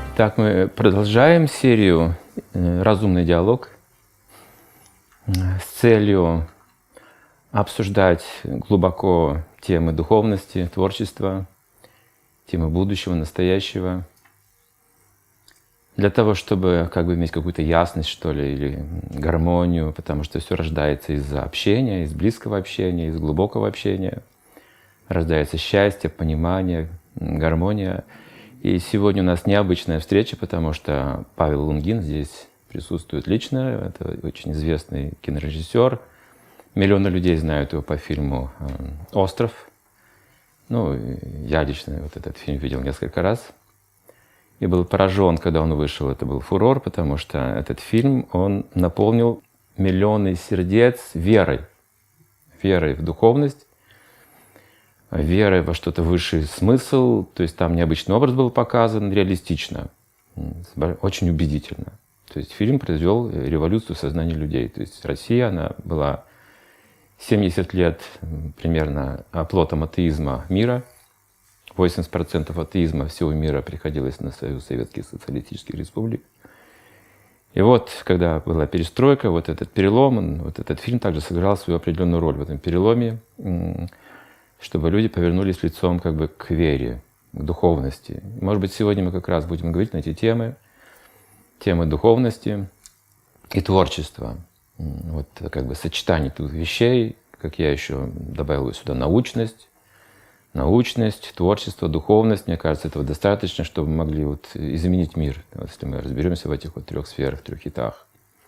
Так, мы продолжаем серию «Разумный диалог» с целью обсуждать глубоко темы духовности, творчества, темы будущего, настоящего, для того, чтобы иметь какую-то ясность, что ли, или гармонию, потому что все рождается из общения, из близкого общения, из глубокого общения. Рождается счастье, понимание, гармония. И сегодня у нас необычная встреча, потому что Павел Лунгин здесь присутствует лично. Это очень известный кинорежиссер. Миллионы людей знают его по фильму «Остров». Я лично этот фильм видел несколько раз. И был поражен, когда он вышел. Это был фурор, потому что этот фильм, он наполнил миллионы сердец верой. Верой в духовность, верой во что-то высший смысл. То есть там необычный образ был показан, реалистично, очень убедительно. То есть фильм произвел революцию в сознании людей. То есть Россия, она была 70 лет примерно оплотом атеизма мира. 80% атеизма всего мира приходилось на Союз Советских Социалистических Республик. И вот, когда была перестройка, вот этот перелом, вот этот фильм также сыграл свою определенную роль в этом переломе, чтобы люди повернулись лицом к вере, к духовности. Может быть, сегодня мы как раз будем говорить на эти темы духовности и творчества. Вот сочетание двух вещей, как я еще добавил сюда научность, творчество, духовность. Мне кажется, этого достаточно, чтобы мы могли изменить мир, если мы разберемся в этих трех сферах, трех хитах.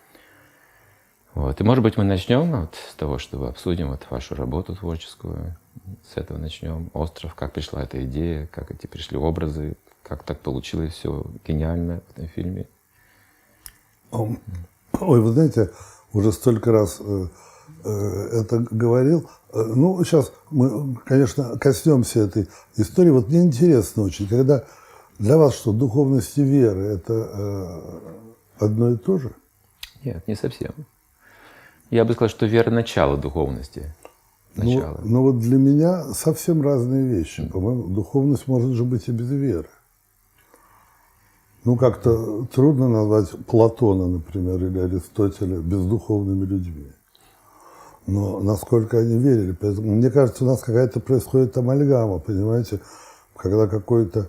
И может быть мы начнем с того, что обсудим вашу работу творческую. С этого начнем. «Остров», как пришла эта идея, как эти пришли образы, как так получилось все гениально в этом фильме. Ой, вы знаете, уже столько раз это говорил. Сейчас мы, конечно, коснемся этой истории. Мне интересно очень, когда для вас что, духовность и вера – это одно и то же? Нет, не совсем. Я бы сказал, что вера – начало духовности. Но для меня совсем разные вещи. По-моему, духовность может же быть и без веры. Как-то трудно назвать Платона, например, или Аристотеля бездуховными людьми. Но насколько они верили. Поэтому, мне кажется, у нас какая-то происходит амальгама, понимаете, когда какой-то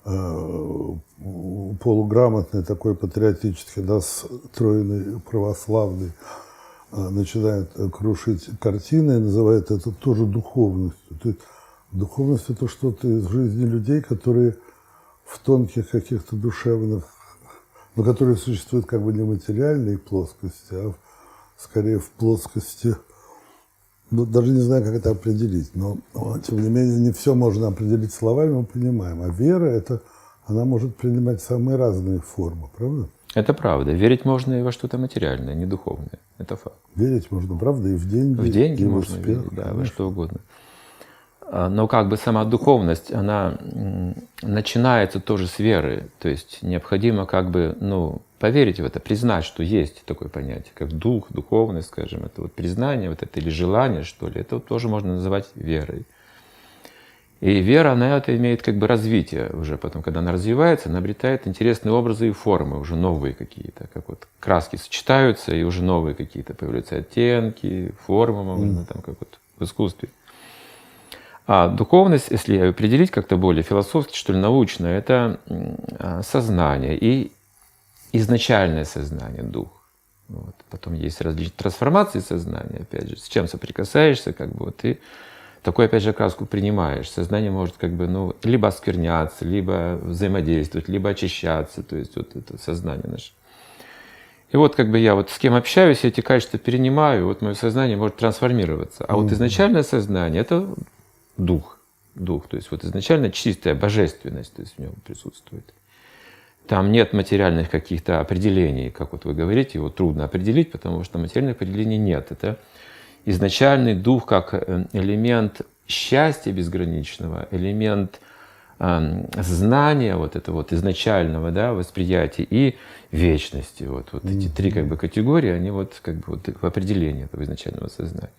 полуграмотный, такой патриотически настроенный православный начинает крушить картины и называет это тоже духовностью. То есть духовность – это что-то из жизни людей, которые в тонких каких-то душевных, которые существуют не в материальной плоскости, а скорее в плоскости, даже не знаю, как это определить, но тем не менее не все можно определить словами, мы понимаем. А вера она может принимать самые разные формы, правда? Это правда. Верить можно и во что-то материальное, не духовное. Это факт. Верить можно, правда, и в деньги. В деньги и можно в успех, верить, да, во что угодно. Но сама духовность, она начинается тоже с веры. То есть необходимо поверить в это, признать, что есть такое понятие, как дух, духовность, скажем. Это признание, или желание, что ли. Это тоже можно называть верой. И вера, она это имеет развитие уже потом, когда она развивается, она обретает интересные образы и формы, уже новые какие-то, как краски сочетаются, и уже новые какие-то появляются оттенки, формы, можно в искусстве. А духовность, если ее определить как-то более философски, что ли, научно, это сознание и изначальное сознание, дух. Потом есть различные трансформации сознания, опять же, с чем соприкасаешься, ты такую, опять же, краску принимаешь. Сознание может либо оскверняться, либо взаимодействовать, либо очищаться. То есть это сознание наше. И я с кем общаюсь, я эти качества перенимаю, мое сознание может трансформироваться. А изначальное сознание – это дух. То есть изначально чистая божественность, то есть в нем присутствует. Там нет материальных каких-то определений, как вы говорите, его трудно определить, потому что материальных определений нет. Это изначальный дух как элемент счастья безграничного, элемент знания этого изначального, восприятия и вечности. Эти три категории, они в определении этого изначального сознания.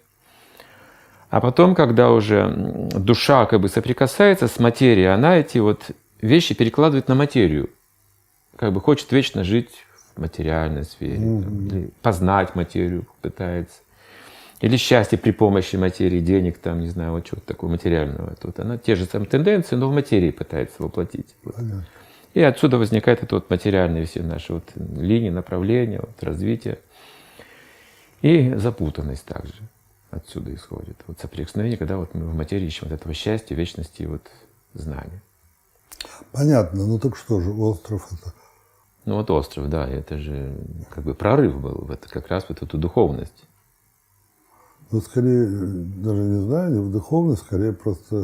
А потом, когда уже душа соприкасается с материей, она эти вещи перекладывает на материю. как бы хочет вечно жить в материальной сфере, там, или познать материю пытается. Или счастье при помощи материи, денег, там, не знаю, вот чего-то такого материального. Тут она те же самые тенденции, но в материи пытается воплотить. Вот. И отсюда возникает это вот материальные все наши вот линии, направления, вот развития. И запутанность также отсюда исходит. Вот соприкосновение, когда вот мы в материи ищем вот этого счастья, вечности и вот знания. Понятно. Ну так что же, остров это? Ну вот остров, да, это же как бы прорыв был в это, как раз вот эту духовность. Ну, скорее, даже не знаю, не в духовность, скорее просто...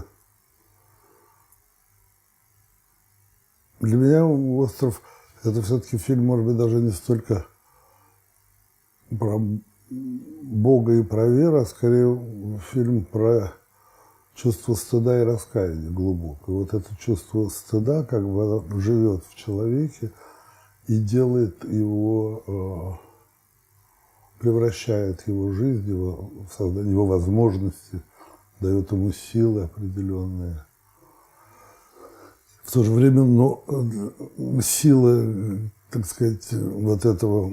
Для меня «Остров» — это все-таки фильм, может быть, даже не столько про Бога и про веру, а скорее фильм про чувство стыда и раскаяния глубокое. Вот это чувство стыда как бы оно живет в человеке и делает его... превращает его жизнь, его создание, его возможности, дает ему силы определенные. В то же время, но сила, так сказать, вот этого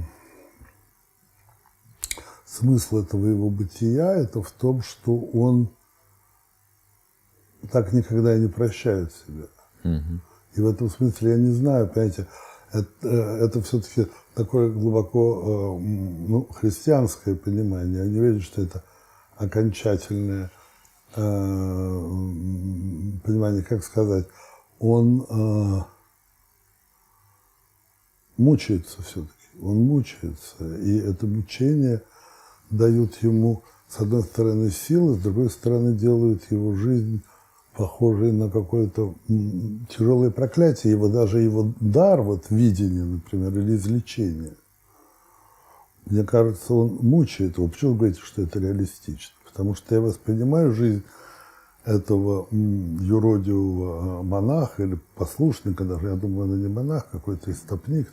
смысла этого его бытия, это в том, что он так никогда и не прощает себя. И в этом смысле я не знаю, понимаете, это все-таки такое глубоко христианское понимание. Я не верю, что это окончательное понимание, как сказать. Он мучается все-таки, он мучается. И это мучение дают ему, с одной стороны, силы, с другой стороны, делают его жизнь похожий на какое-то тяжелое проклятие, его даже его дар, вот видение, например, или излечение. Мне кажется, он мучает его. Почему вы говорите, что это реалистично? Потому что я воспринимаю жизнь этого юродивого монаха или послушника, даже, я думаю, он не монах, какой-то истопник,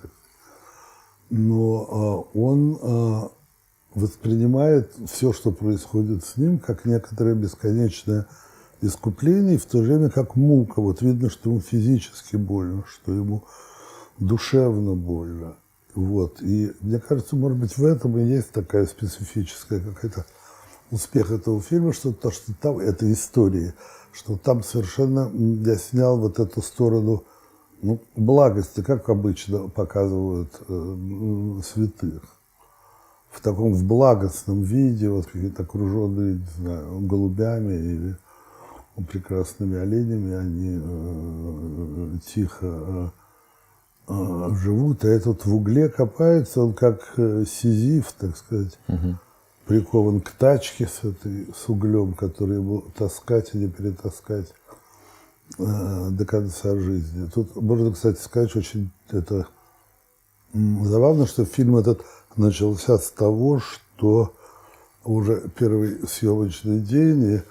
но он воспринимает все, что происходит с ним, как некоторое бесконечное искупление, и в то же время как мука. Вот видно, что ему физически больно, что ему душевно больно. Вот. И мне кажется, может быть, в этом и есть такая специфическая какая-то успех этого фильма, что то, что там, это история, что там совершенно я снял вот эту сторону благости, как обычно показывают святых. В таком в благостном виде, вот какие-то окруженные, не знаю, голубями или прекрасными оленями, они тихо живут, а этот в угле копается, он как Сизиф, так сказать, прикован к тачке с углем, который ему таскать и не перетаскать до конца жизни. Тут можно, кстати, сказать, очень это забавно, что фильм этот начался с того, что уже первый съемочный день, и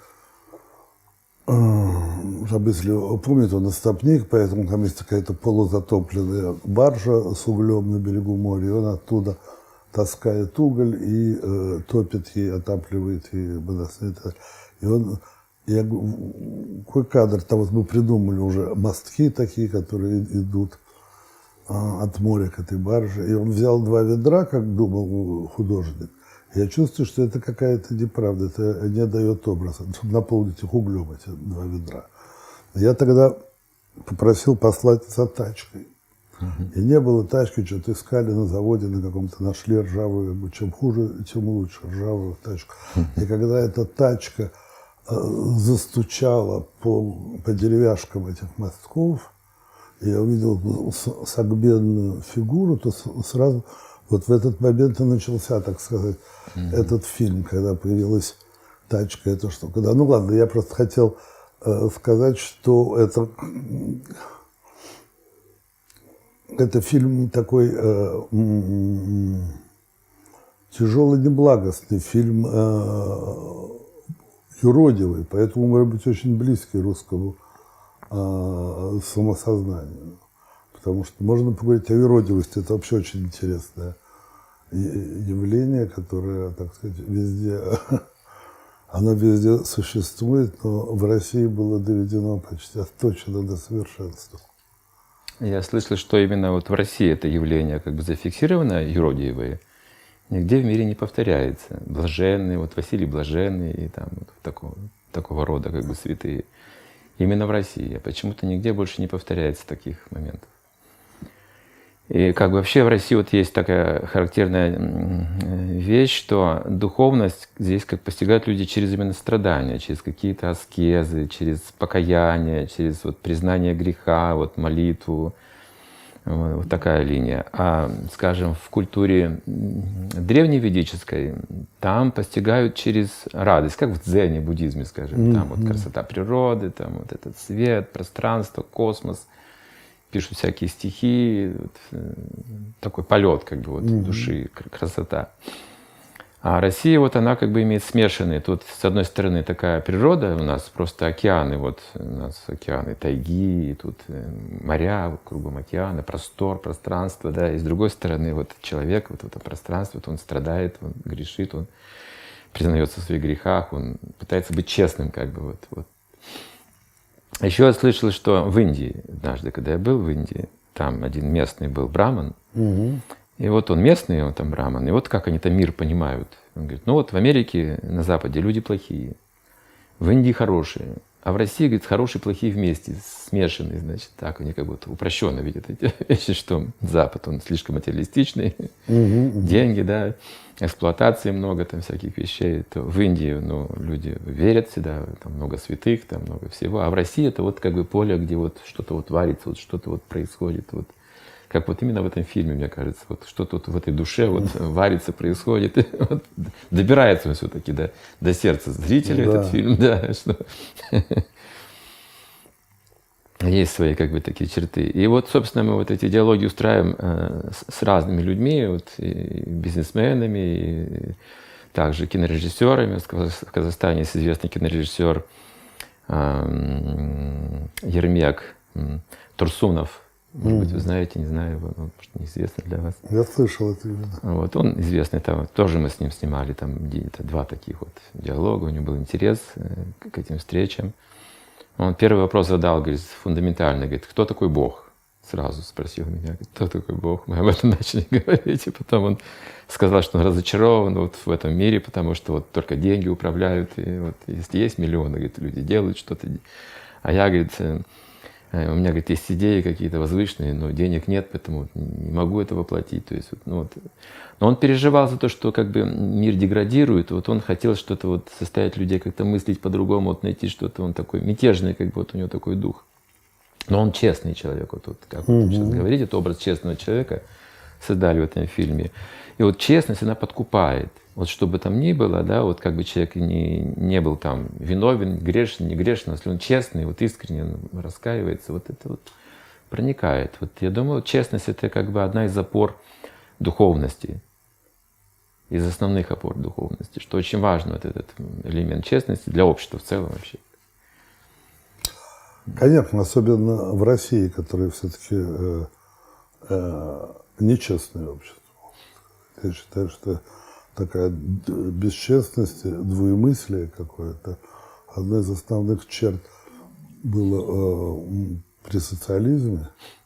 если помните, он истопник, поэтому там есть какая-то полузатопленная баржа с углем на берегу моря, и он оттуда таскает уголь и топит ей, отапливает ей монастырь. И он, какой кадр, там вот мы придумали уже мостки такие, которые идут от моря к этой барже, и он взял 2 ведра, как думал художник. Я чувствую, что это какая-то неправда, это не дает образа, чтобы наполнить их углем, эти 2 ведра. Я тогда попросил послать за тачкой. И не было тачки, что-то искали на заводе, на каком-то нашли ржавую, чем хуже, тем лучше, ржавую тачку. И когда эта тачка застучала по деревяшкам этих мостков, и я увидел согбенную фигуру, то сразу вот в этот момент и начался, так сказать, этот фильм, когда появилась тачка, эта штука. Да, ну ладно, я просто хотел сказать, что это фильм такой тяжелый, неблагостный, фильм юродивый, поэтому, может быть, очень близкий русскому самосознанию. Потому что можно поговорить о юродивости, это вообще очень интересное явление, которое, так сказать, везде, оно везде существует, но в России было доведено почти точно до совершенства. Я слышал, что именно вот в России это явление как бы зафиксировано, юродивое, нигде в мире не повторяется. Блаженный, вот Василий Блаженный и там вот такого рода как бы святые. Именно в России. А почему-то нигде больше не повторяется таких моментов. И как бы вообще в России вот есть такая характерная вещь, что духовность здесь как постигают люди через именно страдания, через какие-то аскезы, через покаяние, через вот признание греха, вот молитву. Вот такая линия. А, скажем, в культуре древневедической там постигают через радость, как в дзене, буддизме, скажем. Там вот красота природы, там вот этот свет, пространство, космос. Пишут всякие стихи, вот, такой полет как бы вот души, красота. А Россия вот она как бы имеет смешанные. Тут с одной стороны такая природа, у нас просто океаны, вот у нас океаны тайги, тут моря, кругом океана, простор, пространство, да. И с другой стороны вот человек, вот это пространство, вот он страдает, он грешит, он признается в своих грехах, он пытается быть честным как бы вот. Еще я слышал, что в Индии, однажды, когда я был в Индии, там один местный был браман, и вот он местный, он там браман, и вот как они там мир понимают. Он говорит, ну вот в Америке, на Западе люди плохие, в Индии хорошие, а в России, говорит, хорошие и плохие вместе, смешанные, значит, так они как будто упрощенно видят эти вещи, что Запад, он слишком материалистичный, деньги, да, эксплуатации много там всяких вещей, то в Индии, ну, люди верят всегда, там много святых, там много всего, а в России это вот как бы поле, где вот что-то вот варится, вот что-то вот происходит, вот как вот именно в этом фильме, мне кажется, вот что-то вот в этой душе вот варится, происходит, и вот добирается он все-таки до сердца зрителя этот фильм, да, что есть свои как бы такие черты. И вот, собственно, мы вот эти диалоги устраиваем с разными людьми, вот, и бизнесменами, и также кинорежиссерами. В Казахстане есть известный кинорежиссер Ермек Турсунов. Может быть, вы знаете, не знаю его, может, неизвестно для вас. Я слышал это именно. Вот, он известный, там, тоже мы с ним снимали там где-то 2 таких вот диалога, у него был интерес к этим встречам. Он первый вопрос задал, говорит, фундаментальный, говорит, кто такой Бог? Сразу спросил меня, кто такой Бог? Мы об этом начали говорить, и потом он сказал, что он разочарован вот в этом мире, потому что вот только деньги управляют, и вот если есть миллионы, говорит, люди делают что-то. А я, говорит, у меня, говорит, есть идеи какие-то возвышенные, но денег нет, поэтому не могу это воплотить. То есть, ну, вот. Но он переживал за то, что как бы мир деградирует. Вот он хотел что-то вот заставить людей как-то мыслить по-другому, вот найти что-то. Он такой мятежный, как бы вот у него такой дух. Но он честный человек. Вот как вы сейчас говорите, это образ честного человека создали в этом фильме. И вот честность, она подкупает. Вот что бы там ни было, да, вот как бы человек не был там виновен, грешен, не грешен, если он честный, вот искренне раскаивается, вот это вот проникает. Вот я думаю, честность — это как бы одна из опор духовности, из основных опор духовности, что очень важно, вот этот элемент честности для общества в целом вообще. Конечно, особенно в России, которая все-таки нечестное общество. Я считаю, что такая бесчестность, двоемыслие какое-то, одна из основных черт было при социализме.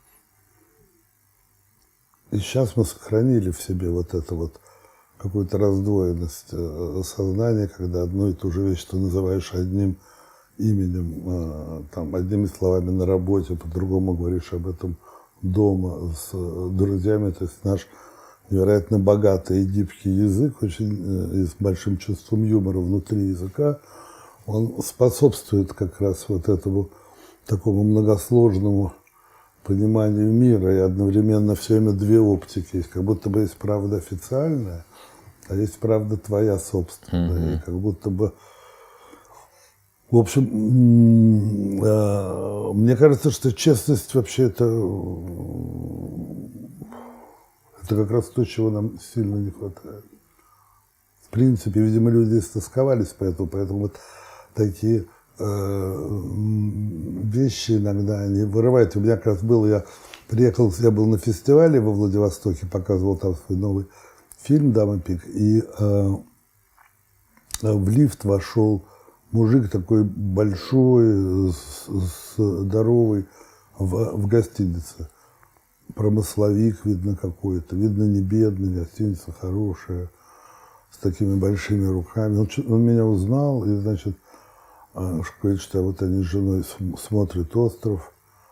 И сейчас мы сохранили в себе вот это вот какую-то раздвоенность сознания, когда одну и ту же вещь ты называешь одним именем, там, одними словами на работе, по-другому говоришь об этом дома с друзьями. То есть наш невероятно богатый и гибкий язык, очень и с большим чувством юмора внутри языка, он способствует как раз вот этому такому многосложному пониманию мира, и одновременно все время 2 оптики есть. Как будто бы есть правда официальная, а есть правда твоя собственная. И как будто бы... В общем, мне кажется, что честность вообще это как раз то, чего нам сильно не хватает. В принципе, видимо, люди истосковались по этому, поэтому вот такие вещи иногда они вырывают. У меня как раз был, я был на фестивале во Владивостоке, показывал там свой новый фильм «Дама Пик», и в лифт вошел мужик такой большой, здоровый, в гостинице. промысловик, видно, какой-то, видно, не бедный, гостиница хорошая, с такими большими руками. Он меня узнал и, значит, говорит, что вот они с женой смотрят «Остров»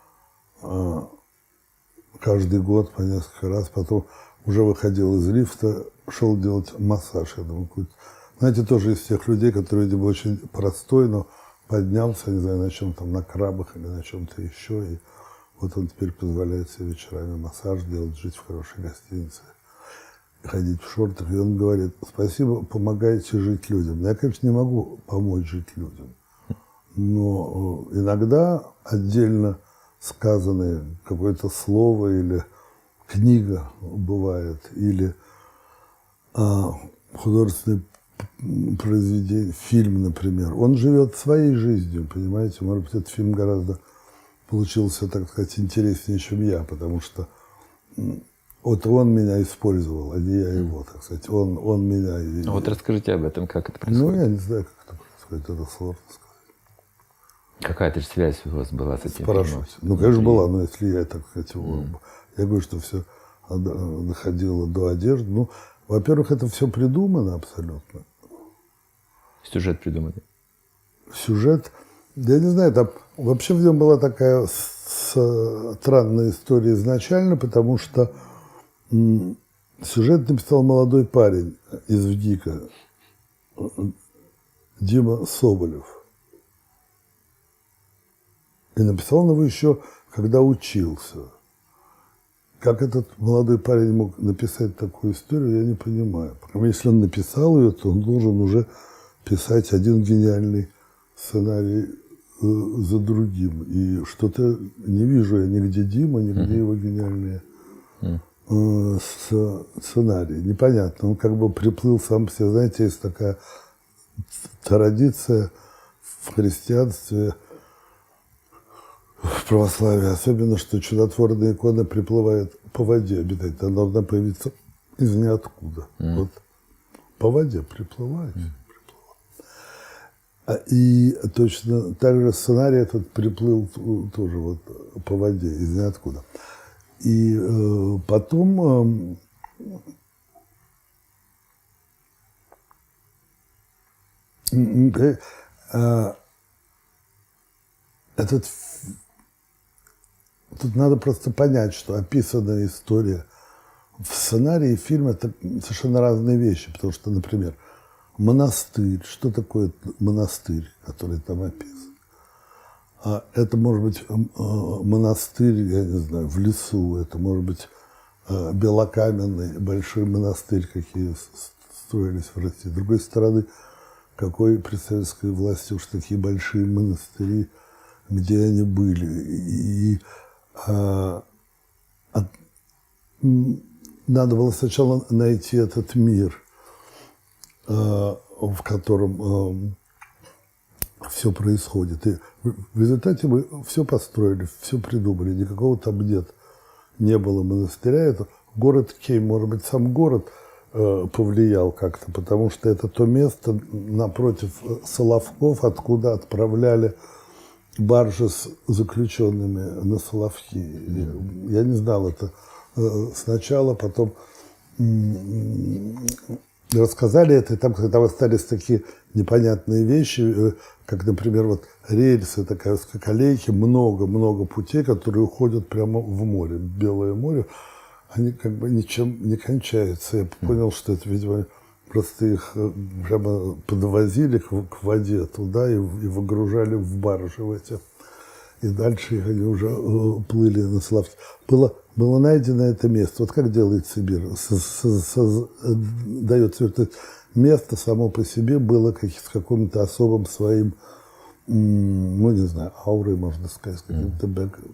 каждый год по несколько раз, потом уже выходил из лифта, шел делать массаж. Я думаю, знаете, тоже из тех людей, которые, видимо, очень простой, но поднялся, не знаю, на чем там, на крабах или на чем-то еще, и вот он теперь позволяет себе вечерами массаж делать, жить в хорошей гостинице, ходить в шортах. И он говорит: спасибо, помогаете жить людям. Я, конечно, не могу помочь жить людям, но иногда отдельно сказанное какое-то слово или книга бывает, или художественное произведение, фильм, например. Он живет своей жизнью, понимаете? Может быть, этот фильм гораздо получился, так сказать, интереснее, чем я, потому что вот он меня использовал, а не я его, так сказать. Он меня... Вот расскажите об этом, как это происходит. Ну, я не знаю, как это происходит, это сложно сказать. Какая-то же связь у вас была с этим Спрашивайте. фильмом? Ну, конечно, была, но если я, так сказать, его... Я говорю, что все доходило до одежды. Ну, во-первых, это все придумано абсолютно. Сюжет придуманный. Сюжет, я не знаю, там вообще в нем была такая странная история изначально, потому что сюжет написал молодой парень из ВГИКа, Дима Соболев. И написал он его еще, когда учился. Как этот молодой парень мог написать такую историю, я не понимаю. Потому что если он написал ее, то он должен уже писать один гениальный сценарий за другим. И что-то не вижу я нигде Дима, нигде его гениальные сценарии. Непонятно. Он как бы приплыл сам по себе. Знаете, есть такая традиция в христианстве, в православии, особенно, что чудотворная икона приплывает по воде обязательно. Она должна появиться из ниоткуда. Вот по воде приплывает. И точно так же сценарий этот приплыл тоже вот по воде из ниоткуда. И потом тут надо просто понять, что описанная история в сценарии фильма – это совершенно разные вещи. Потому что, например, монастырь. Что такое монастырь, который там описан? Это может быть монастырь, я не знаю, в лесу. Это может быть белокаменный большой монастырь, какие строились в России. С другой стороны, какой при советской власти уж такие большие монастыри, где они были. И надо было сначала найти этот мир, в котором все происходит. И в результате мы все построили, все придумали. Никакого там не было монастыря. Это город Кей, может быть, сам город повлиял как-то, потому что это то место напротив Соловков, откуда отправляли баржи с заключенными на Соловки. Я не знал это сначала, потом рассказали это, и там остались такие непонятные вещи, как, например, вот рельсы, такая узкоколейки, много-много путей, которые уходят прямо в море, в Белое море. Они как бы ничем не кончаются. Я понял, что это, видимо, просто их прямо подвозили к воде туда и выгружали в баржи в эти. И дальше они уже плыли на Соловки. Было найдено это место. Вот как делает Сибирь. Дается место само по себе было с каким-то особым своим, ну не знаю, аурой, можно сказать, каким-то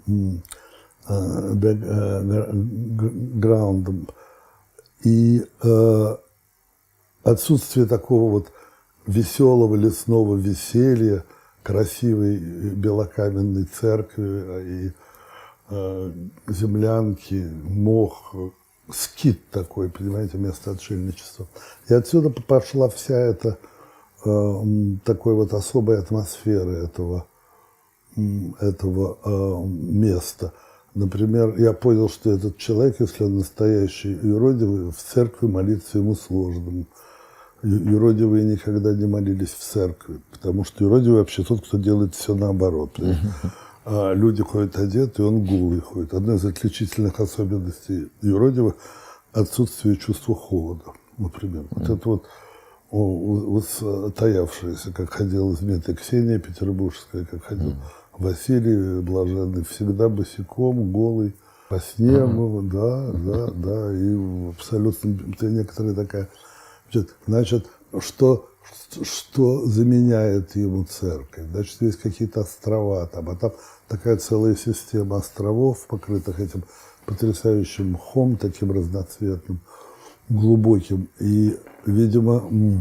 бэкграундом. И отсутствие такого вот веселого лесного веселья, красивой белокаменной церкви и землянки, мох, скит такой, понимаете, место отшельничества. И отсюда пошла вся эта такой вот особой атмосферы этого места. Например, я понял, что этот человек, если он настоящий юродивый, в церкви молиться ему сложно. Юродивые никогда не молились в церкви, потому что юродивый вообще тот, кто делает все наоборот. А люди ходят одеты, и он голый ходит. Одна из отличительных особенностей юродивых – отсутствие чувства холода, например. Вот это вот таявшееся, как ходила Змея Ксения Петербургская, как ходил Василий Блаженный, всегда босиком, голый, по снегу, да, и абсолютно некоторая такая. Значит, что заменяет ему церковь? Значит, есть какие-то острова там, а там такая целая система островов, покрытых этим потрясающим мхом, таким разноцветным, глубоким. И, видимо,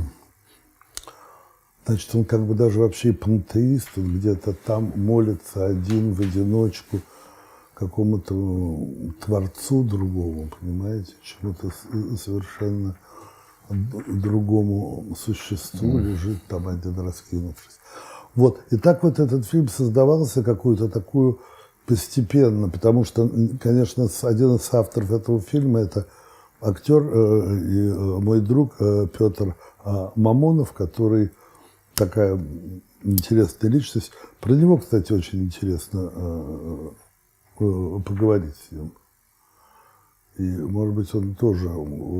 значит, он как бы даже вообще и пантеист, он где-то там молится один в одиночку какому-то творцу другому, понимаете, чему-то совершенно другому существу лежит там один раскинувшись. Вот. И так вот этот фильм создавался какую-то такую постепенно, потому что, конечно, один из авторов этого фильма – это актер и мой друг Петр Мамонов, который такая интересная личность. Про него, кстати, очень интересно поговорить с ним. И, может быть, он тоже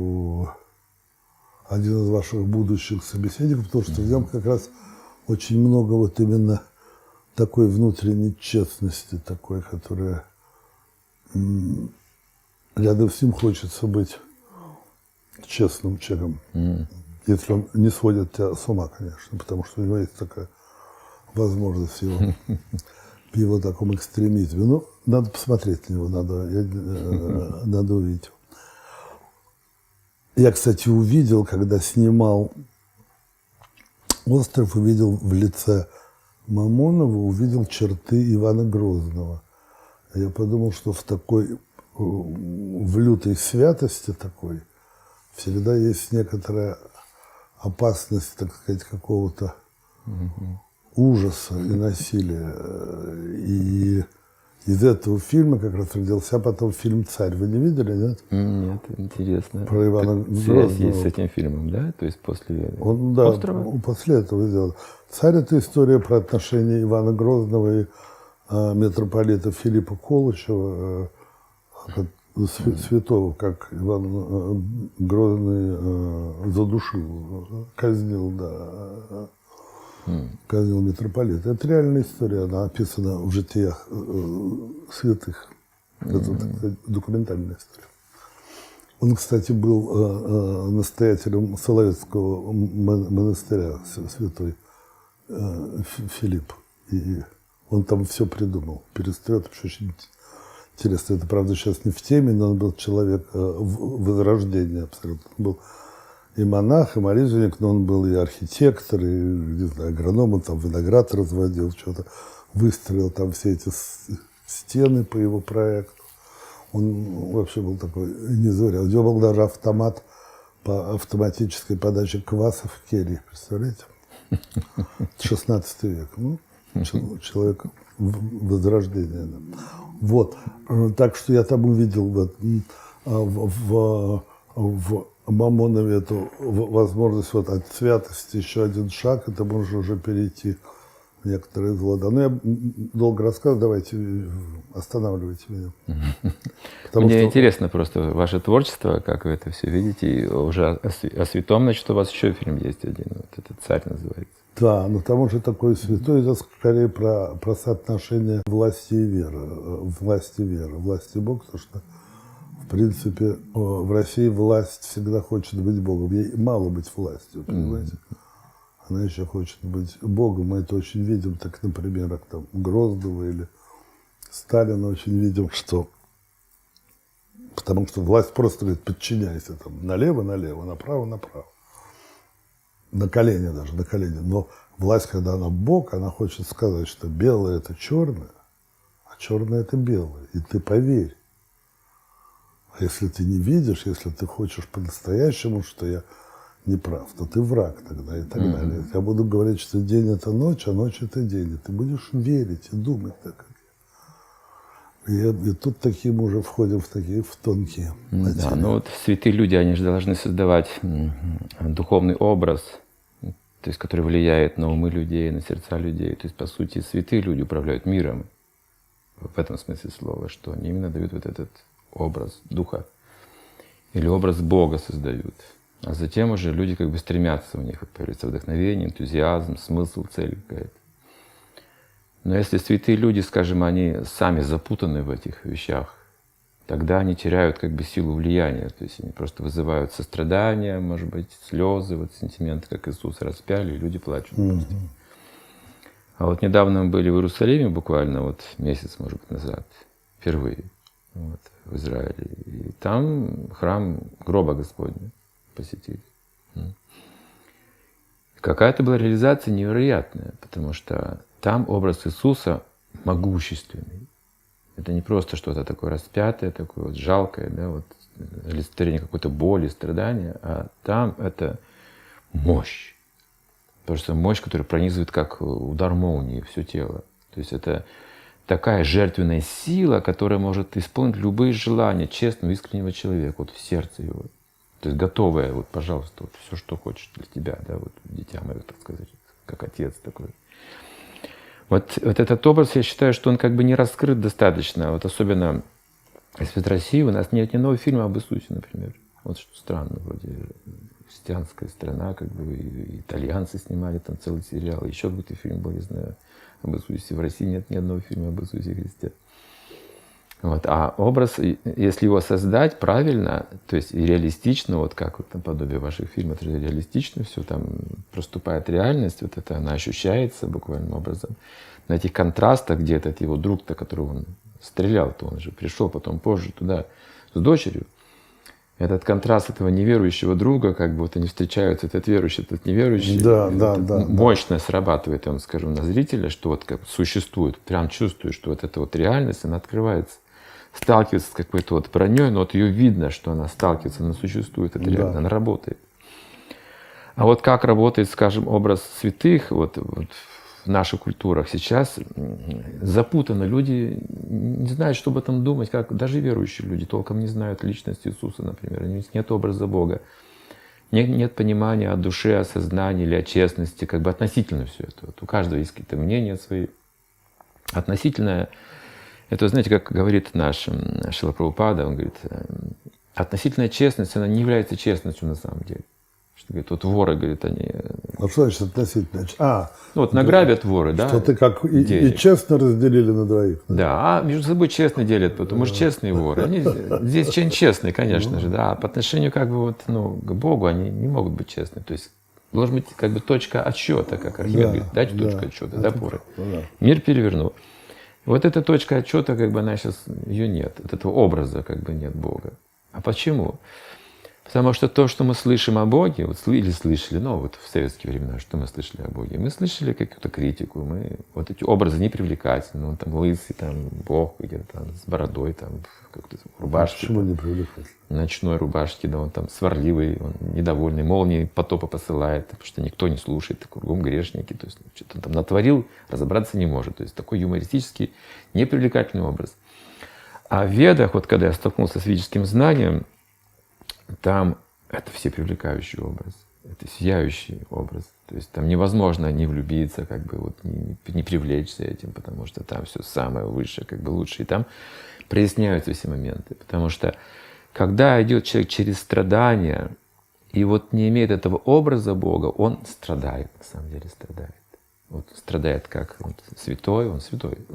один из ваших будущих собеседников, потому что в нем как раз очень много вот именно такой внутренней честности, такой, которая рядом с ним хочется быть честным человеком. Если он не сводит тебя с ума, конечно, потому что у него есть такая возможность в его таком экстремизме. Ну, надо посмотреть на него, надо увидеть. Я, кстати, увидел, когда снимал «Остров», увидел в лице Мамонова, увидел черты Ивана Грозного. Я подумал, что в лютой святости такой всегда есть некоторая опасность, так сказать, какого-то ужаса и насилия. И из этого фильма как раз родился потом фильм «Царь». Вы не видели, нет? Нет, интересно. Про Ивана Грозного. Связь есть с этим фильмом, да? То есть после «Острова»? Да, после этого сделал. «Царь» – это история про отношения Ивана Грозного и митрополита Филиппа Колычева, святого, как Иван Грозный задушил, казнил, да. Казнил митрополита. Это реальная история, она описана в житиях святых. Это, так сказать, документальная история. Он, кстати, был настоятелем Соловецкого монастыря, святой Филипп. И он там все придумал. Перестрет, очень интересно. Это, правда, сейчас не в теме, но он был человек возрождения абсолютно. Он был и монах, и молитвенник, но он был и архитектор, и, не знаю, агроном, он там виноград разводил, что-то выстроил там все эти стены по его проекту. Он вообще был такой незаурядный. У него был даже автомат по автоматической подаче кваса в келье, представляете? 16 век. Ну, человек возрождения. Да. Вот. Так что я там увидел в Мамонове эту возможность вот от святости еще один шаг, это можно уже перейти в некоторые зла. Но я долго рассказываю, давайте останавливайте меня. Мне интересно просто ваше творчество, как вы это все видите, и уже о святом, значит, у вас еще фильм есть один, вот этот «Царь» называется. Да, но там уже такой святой, это скорее про соотношение власти и веры. Власти и Бога, потому что в принципе, в России власть всегда хочет быть Богом. Ей мало быть властью, понимаете? Она еще хочет быть Богом. Мы это очень видим, так, например, как там Гроздова или Сталина очень видим, что... Потому что власть просто говорит, подчиняйся там налево, направо. На колени даже, на колени. Но власть, когда она Бог, она хочет сказать, что белое – это черное, а черное – это белое. И ты поверь. А если ты не видишь, если ты хочешь по-настоящему, что я не прав, то ты враг тогда и так далее. Я буду говорить, что день – это ночь, а ночь – это день. И ты будешь верить и думать так, как И тут таким уже входим в тонкие материи. Да, ну вот святые люди, они же должны создавать духовный образ, то есть который влияет на умы людей, на сердца людей. То есть, по сути, святые люди управляют миром в этом смысле слова, что они именно дают вот этот образ Духа или образ Бога создают. А затем уже люди как бы стремятся, у них появляется вдохновение, энтузиазм, смысл, цель какая-то. Но если святые люди, скажем, они сами запутаны в этих вещах, тогда они теряют как бы силу влияния. То есть они просто вызывают сострадание, может быть, слезы, вот сентименты, как Иисуса распяли, и люди плачут просто. А вот недавно мы были в Иерусалиме, буквально вот месяц, может быть, назад, впервые, вот, в Израиле. И там храм гроба Господня посетили. Какая-то была реализация невероятная, потому что там образ Иисуса могущественный. Это не просто что-то такое распятое, такое вот жалкое, да, вот олицетворение какой-то боли, страдания, а там это мощь. Просто мощь, которая пронизывает как удар молнии все тело. То есть это такая жертвенная сила, которая может исполнить любые желания честного, искреннего человека, вот в сердце его. То есть готовое, вот, пожалуйста, вот все, что хочешь для тебя, да, вот дитя мое, так сказать, как отец такой. Вот этот образ, я считаю, что он как бы не раскрыт достаточно. Вот особенно если в России у нас нет ни одного фильма об Иисусе, например. Вот что странно, вроде христианская страна, как бы и итальянцы снимали там целый сериал, еще какой-то фильм был, я знаю, об Иисусе. В России нет ни одного фильма об Иисусе Христе. Вот. А образ, если его создать правильно, то есть и реалистично, вот как вот наподобие ваших фильмов, это реалистично все, там проступает реальность, вот это она ощущается буквальным образом. На этих контрастах, где этот его друг-то, которого он стрелял-то, он же пришел потом позже туда с дочерью. Этот контраст этого неверующего друга, как бы вот они встречаются, этот верующий, этот неверующий, мощно срабатывает, я вам скажу, на зрителя, что вот как существует, прям чувствую, что вот эта вот реальность, она открывается. Сталкивается с какой-то вот броней, но вот ее видно, что она сталкивается, она существует, это реально, она работает. А вот как работает, скажем, образ святых вот в наших культурах сейчас запутано. Люди не знают, что об этом думать, как даже верующие люди толком не знают личности Иисуса, например. У них нет образа Бога. Нет понимания о душе, о сознании или о честности, как бы относительно все это. Вот у каждого есть какие-то мнения свои. Относительное, это, знаете, как говорит наш Шрила Прабхупада, он говорит, относительная честность, она не является честностью на самом деле. Что, говорит, вот воры, говорит, они... А что значит относительно? Ну вот награбят воры, да? Что ты как и честно разделили на двоих. Да, а между собой честно делят, потому что честные воры. Они здесь очень честные, конечно же, да. А по отношению как бы вот, к Богу они не могут быть честны. То есть должна быть как бы точка отсчета, как Архимед говорит, дать точку отсчета, запоры. Мир перевернул. Вот эта точка отсчета, как бы она сейчас, ее нет. Вот этого образа как бы нет Бога. А почему? Потому что то, что мы слышим о Боге, вот или слышали, вот в советские времена, что мы слышали о Боге? Мы слышали какую-то критику, мы вот эти образы непривлекательные, он там лысый, там Бог где-то там с бородой, там как-то рубашки. Почему непривлекательный? Ночной рубашки, да, он там сварливый, он недовольный, молнии потопа посылает, потому что никто не слушает, кругом грешники, то есть что-то он там натворил, разобраться не может. То есть такой юмористический, непривлекательный образ. А в Ведах, вот когда я столкнулся с ведическим знанием, там это всепривлекающий образ, это сияющий образ. То есть там невозможно не влюбиться, как бы вот не привлечься этим, потому что там все самое высшее, как бы лучше. И там проясняются все моменты. Потому что когда идет человек через страдания и вот не имеет этого образа Бога, он страдает, на самом деле страдает. Вот страдает как он святой, он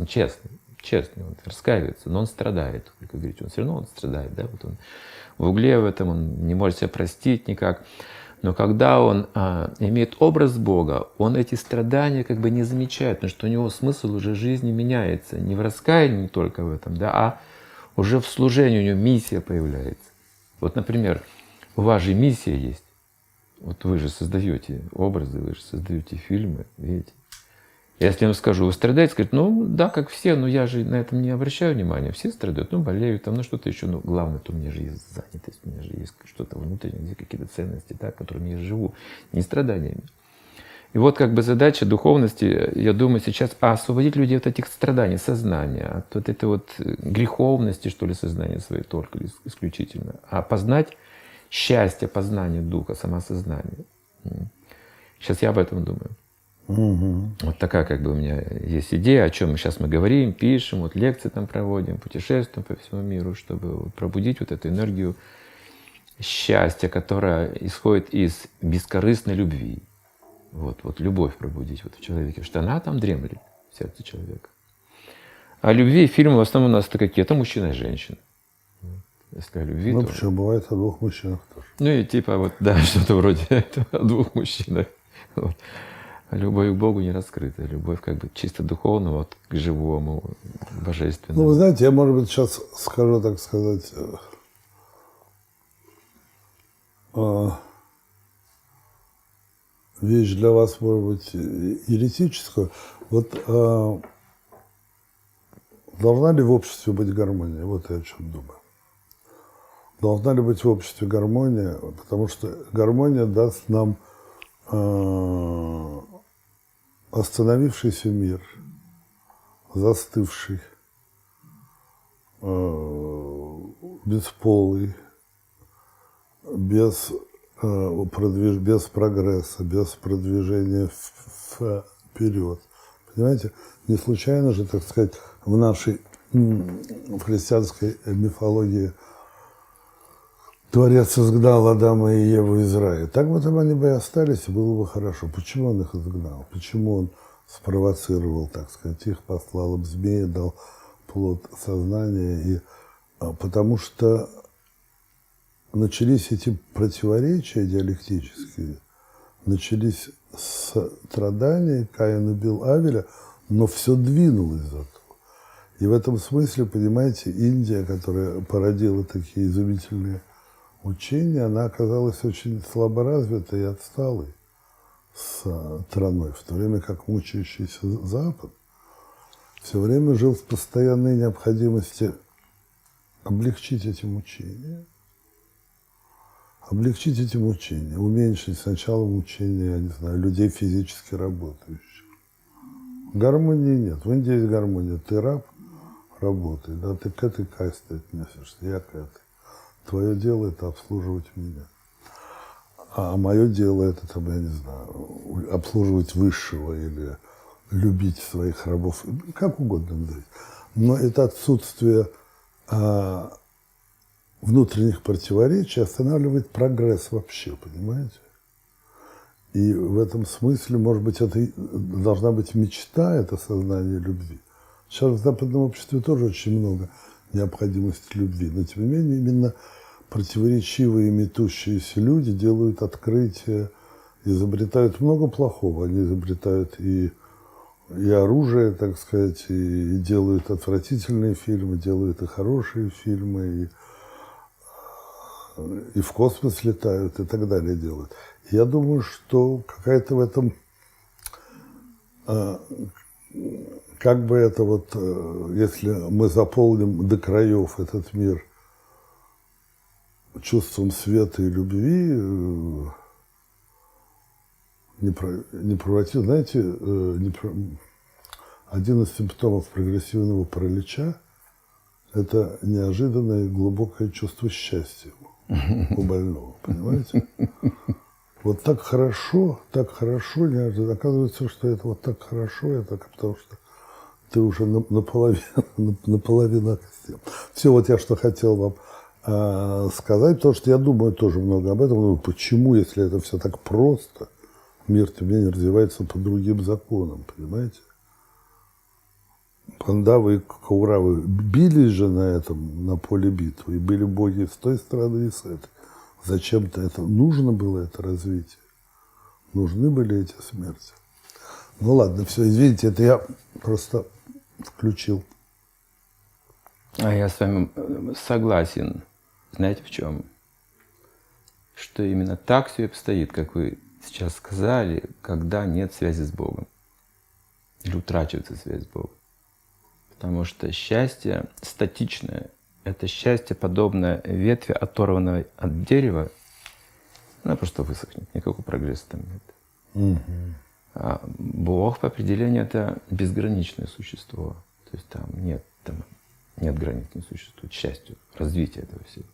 честный, он раскаивается, но он страдает. Как говорите, он все равно страдает, да, вот он в угле в этом, он не может себя простить никак. Но когда он имеет образ Бога, он эти страдания как бы не замечает, потому что у него смысл уже жизни меняется. Не в раскаянии только в этом, да, а уже в служении у него миссия появляется. Вот, например, у вас же миссия есть. Вот вы же создаете образы, вы же создаете фильмы, видите. Если я вам скажу, вы страдаете, скажете, да, как все, но я же на этом не обращаю внимания. Все страдают, болеют, там, что-то еще. Главное-то у меня же есть занятость, у меня же есть что-то внутреннее, какие-то ценности, да, которыми я живу, не страданиями. И вот как бы задача духовности, я думаю, сейчас освободить людей от этих страданий, сознания, от вот этой вот греховности, что ли, сознания своей только исключительно, а познать счастье, познание духа, самосознание. Сейчас я об этом думаю. Вот такая как бы у меня есть идея, о чем сейчас мы говорим, пишем, вот лекции там проводим, путешествуем по всему миру, чтобы пробудить вот эту энергию счастья, которая исходит из бескорыстной любви. Вот любовь пробудить вот в человеке, что она там дремлет в сердце человека. А любви фильмы в основном у нас это какие? Это мужчина и женщина. Если о любви, ну, то... почему бывает о двух мужчинах тоже. Ну и типа вот, да, что-то вроде этого, о двух мужчинах. Вот. А любовь к Богу не раскрыта. Любовь как бы чисто духовного, вот, к живому, божественному. Ну, вы знаете, я, может быть, сейчас скажу, так сказать, вещь для вас, может быть, еретическую. Вот должна ли в обществе быть гармония? Вот я о чем думаю. Должна ли быть в обществе гармония? Потому что гармония даст нам остановившийся мир, застывший, бесполый, без прогресса, без продвижения вперед. Понимаете, не случайно же, так сказать, в нашей в христианской мифологии Творец изгнал Адама и Еву из рая. Так бы там они бы и остались, и было бы хорошо. Почему он их изгнал? Почему он спровоцировал, так сказать, их, послал им змея, дал плод сознания? Потому что начались эти противоречия диалектические, начались страдания, Каин убил Авеля, но все двинулось зато. И в этом смысле, понимаете, Индия, которая породила такие изумительные учения, она оказалась очень слаборазвитой и отсталой страной, в то время как мучающийся Запад все время жил в постоянной необходимости облегчить эти мучения. Облегчить эти мучения, уменьшить сначала мучения, я не знаю, людей физически работающих. Гармонии нет. В Индии есть гармония. Ты раб, работай, да, ты к этой касте относишься, я к этой. Твое дело – это обслуживать меня. А мое дело – это, там, я не знаю, обслуживать высшего или любить своих рабов, как угодно назовите. Но это отсутствие внутренних противоречий останавливает прогресс вообще, понимаете? И в этом смысле, может быть, это должна быть мечта, это сознание любви. Сейчас в западном обществе тоже очень много необходимости любви, но тем не менее именно противоречивые метущиеся люди делают открытия, изобретают много плохого. Они изобретают и оружие, так сказать, и делают отвратительные фильмы, делают и хорошие фильмы, и в космос летают, и так далее делают. И я думаю, что какая-то в этом, как бы это вот, если мы заполним до краев этот мир чувством света и любви, не превратить, знаете, один из симптомов прогрессивного паралича – это неожиданное глубокое чувство счастья у больного, понимаете? Вот так хорошо, неожиданно. Оказывается, что это вот так хорошо, это потому что ты уже наполовину окостел. Все, вот я что хотел вам сказать, потому что я думаю тоже много об этом. Думаю, почему, если это все так просто, мир тебе не развивается по другим законам, понимаете? Пандавы и Кауравы бились же на этом, на поле битвы, и были боги с той стороны и с этой. Зачем-то это нужно было, это развитие. Нужны были эти смерти. Ну ладно, все, извините, это я просто включил. А я с вами согласен. Знаете в чем? Что именно так все обстоит, как вы сейчас сказали, когда нет связи с Богом. Или утрачивается связь с Богом. Потому что счастье статичное. Это счастье, подобное ветви, оторванной от дерева, она просто высохнет. Никакого прогресса там нет. Бог по определению это безграничное существо. То есть там нет границ, не существует, к счастью, развития этого всего.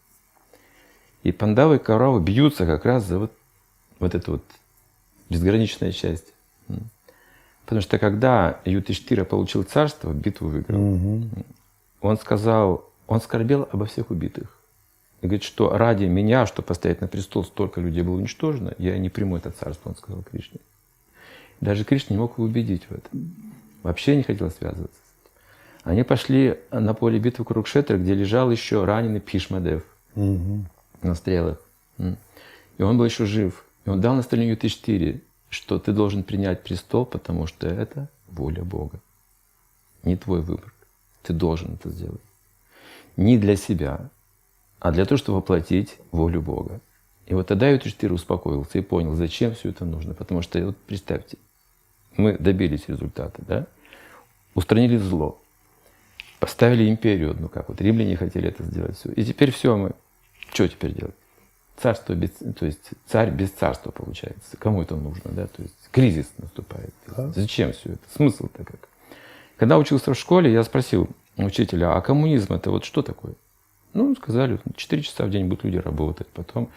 И Пандавы и Кауравы бьются как раз за вот это вот безграничное счастье. Потому что когда Юдхиштхира получил царство, битву выиграл, он сказал, он скорбел обо всех убитых. И говорит, что ради меня, чтобы поставить на престол, столько людей было уничтожено, я не приму это царство, он сказал Кришне. Даже Кришна не мог его убедить в этом. Вообще не хотел связываться с этим. Они пошли на поле битвы Курукшетра, где лежал еще раненый Бхишма-дев на стрелах. И он был еще жив. И он дал наставлению Юдхиштхире, что ты должен принять престол, потому что это воля Бога. Не твой выбор. Ты должен это сделать. Не для себя, а для того, чтобы воплотить волю Бога. И вот тогда Юдхиштхира успокоился и понял, зачем все это нужно. Потому что, вот представьте, мы добились результата, да? Устранили зло, поставили империю одну, как вот римляне хотели это сделать. Все. И теперь все мы. Что теперь делать? Царство без, то есть царь без царства получается. Кому это нужно, да? То есть кризис наступает. Зачем все это? Смысл-то как? Когда учился в школе, я спросил учителя, а коммунизм это вот что такое? Ну, сказали, 4 часа в день будут люди работать, потом,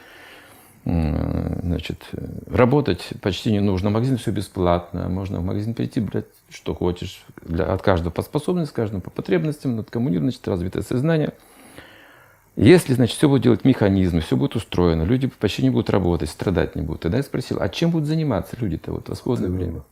значит, работать почти не нужно. В магазин все бесплатно, можно в магазин прийти, брать что хочешь. От каждого по способностям, каждому по потребностям. Над коммунизмом, значит, развитое сознание. Если, значит, все будет делать механизмы, все будет устроено, люди почти не будут работать, страдать не будут. Тогда я спросил, а чем будут заниматься люди-то вот в восходное время?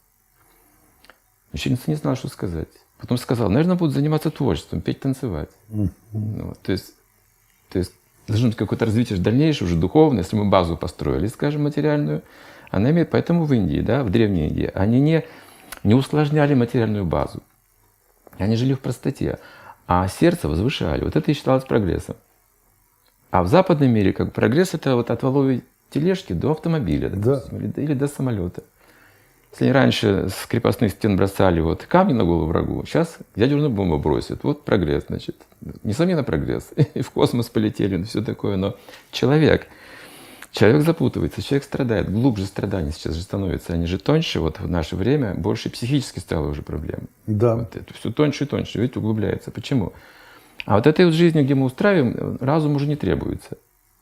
Ученица не знала, что сказать. Потом сказал, наверное, будут заниматься творчеством, петь, танцевать. Ну, то есть должно быть какое-то развитие дальнейшее, уже духовное, если мы базу построили, скажем, материальную. Она имеет, поэтому в Индии, да, в Древней Индии, они не усложняли материальную базу. Они жили в простоте, а сердце возвышали. Вот это и считалось прогрессом. А в западном мире как прогресс это вот от валовой тележки до автомобиля, допустим, или до самолета. Если они раньше с крепостных стен бросали вот камни на голову врагу, сейчас ядерную бомбу бросят. Вот прогресс, значит. Несомненно, прогресс. И в космос полетели, и все такое. Но человек запутывается, человек страдает. Глубже страдания сейчас же становятся. Они же тоньше. Вот в наше время больше психически стало уже проблем. Да. Вот это все тоньше и тоньше. Видите, углубляется. Почему? А вот этой вот жизни, где мы устраиваем, разум уже не требуется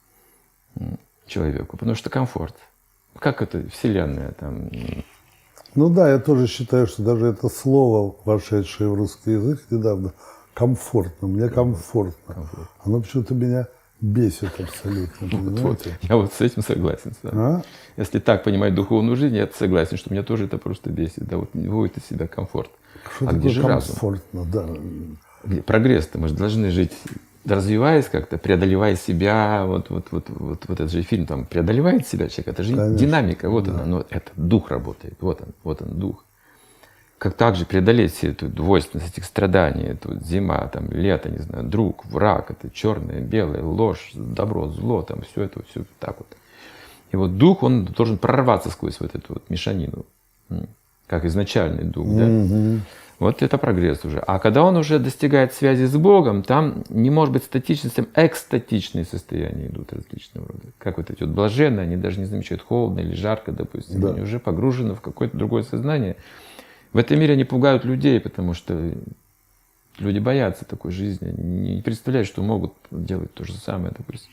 человеку, потому что комфорт. Как это Вселенная там. Ну да, я тоже считаю, что даже это слово, вошедшее в русский язык недавно, комфортно, мне комфортно. Оно почему-то меня бесит абсолютно, понимаете? Вот, я вот с этим согласен с вами. Если так понимать духовную жизнь, я согласен, что меня тоже это просто бесит. Да, вот выводит из себя комфорт. Что такое же комфортно, разум? Да. Где прогресс-то? Мы же должны жить, развиваясь как-то, преодолевая себя. Вот этот же фильм там преодолевает себя человек. Это же конечно. Динамика. Вот она. Но это дух работает. Вот он дух. Как также преодолеть всю эту двойственность этих страданий. Это зима, там, лето, не знаю, друг, враг, это черное, белое, ложь, добро, зло, там все это все так вот. И вот дух, он должен прорваться сквозь вот эту вот мешанину. Как изначальный дух, да? Вот это прогресс уже. А когда он уже достигает связи с Богом, там не может быть статичности, экстатичные состояния идут различного рода. Как вот эти вот блаженные, они даже не замечают холодно или жарко, допустим. Да. Они уже погружены в какое-то другое сознание. В этом мире они пугают людей, потому что люди боятся такой жизни. Они не представляют, что могут делать то же самое, допустим.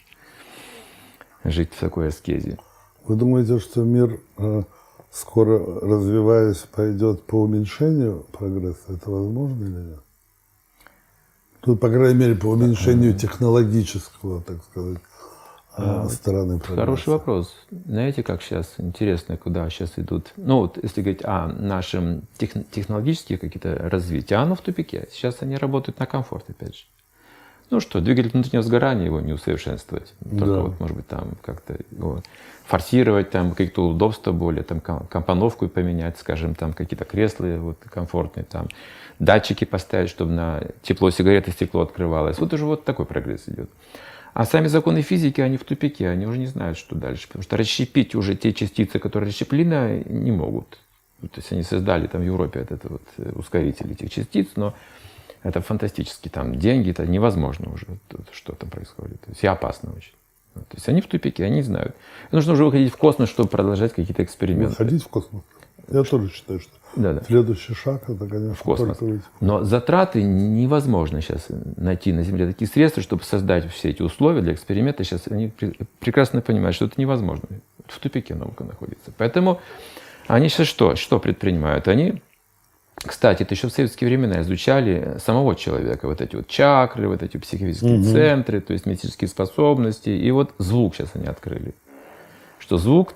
Жить в такой аскезе. Вы думаете, что мир, скоро развиваясь, пойдет по уменьшению прогресса? Это возможно или нет? Тут, по крайней мере, по уменьшению технологического, так сказать, стороны прогресса. Хороший вопрос. Знаете, как сейчас интересно, куда сейчас идут? Ну, вот если говорить о нашем технологических какие-то развитии, оно в тупике. Сейчас они работают на комфорт, опять же. Ну что, двигатель внутреннего сгорания его не усовершенствовать. Только да. Вот, может быть, там как-то его форсировать, там какие-то удобства более, там компоновку поменять, скажем, там какие-то кресла вот, комфортные, там датчики поставить, чтобы на тепло сигареты стекло открывалось. Вот уже вот такой прогресс идет. А сами законы физики, они в тупике, они уже не знают, что дальше. Потому что расщепить уже те частицы, которые расщеплены, не могут. То есть они создали там в Европе этот вот ускоритель этих частиц, но это фантастически, там деньги, это невозможно уже, что там происходит. То есть и опасно очень. То есть они в тупике, они не знают. Нужно уже выходить в космос, чтобы продолжать какие-то эксперименты. Выходить в космос? Я тоже считаю, что Да-да. следующий шаг – это, конечно, В космос. только выйти. Но затраты невозможно сейчас найти на Земле такие средства, чтобы создать все эти условия для эксперимента. Сейчас они прекрасно понимают, что это невозможно. В тупике наука находится. Поэтому они сейчас что предпринимают? Они, кстати, это еще в советские времена изучали самого человека. Вот эти вот чакры, вот эти психические центры, то есть мистические способности. И вот звук сейчас они открыли. Что звук,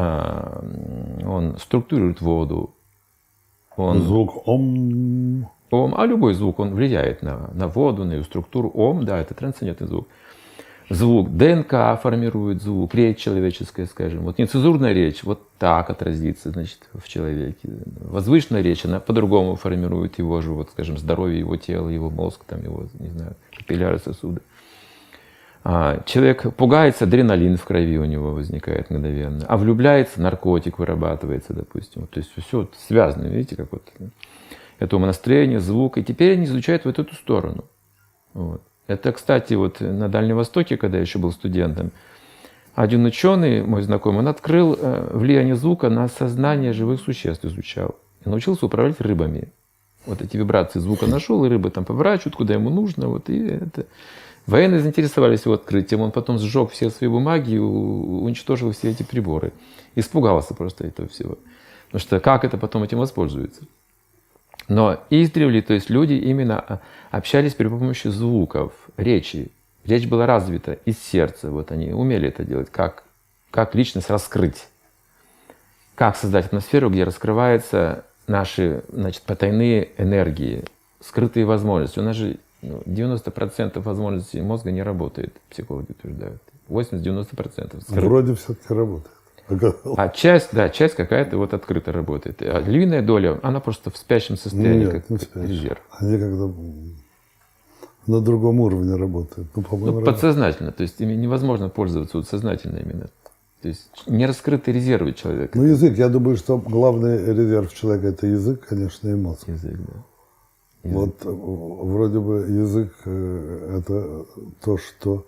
он структурирует воду. Звук ом. А любой звук, он влияет на воду, на ее структуру. Ом, да, это трансцендентный звук. Звук ДНК формирует звук, речь человеческая, скажем. Вот нецензурная речь вот так отразится, значит, в человеке. Возвышенная речь, она по-другому формирует его же, вот, скажем, здоровье, его тела, его мозг, там, его, не знаю, капилляры, сосуды. Человек пугается, адреналин в крови у него возникает мгновенно. А влюбляется, наркотик вырабатывается, допустим. То есть все связано, видите, как вот это умонастроение, звук. И теперь они изучают вот эту сторону. Вот. Это, кстати, вот на Дальнем Востоке, когда я еще был студентом, один ученый, мой знакомый, он открыл влияние звука на сознание живых существ, изучал. И научился управлять рыбами. Вот эти вибрации звука нашел, и рыбы там поворачивают, куда ему нужно. Вот, и это... Военные заинтересовались его открытием. Он потом сжег все свои бумаги и уничтожил все эти приборы. Испугался просто этого всего. Потому что как это потом этим воспользуется? Но издревле, то есть люди именно общались при помощи звуков, речи. Речь была развита из сердца. Вот они умели это делать. Как личность раскрыть. Как создать атмосферу, где раскрываются наши, значит, потайные энергии, скрытые возможности. У нас же 90% возможностей мозга не работает, психологи утверждают. 80-90%. Вроде все-таки работает. А часть какая-то вот открыто работает. А львиная доля, она просто в спящем состоянии, Нет, как резерв. Они как-то на другом уровне работают. Подсознательно. То есть ими невозможно пользоваться вот сознательно именно. То есть не раскрытые резервы человека. Ну, язык. Я думаю, что главный резерв человека – это язык, конечно, и мозг. Язык, да. Вот вроде бы язык – это то, что…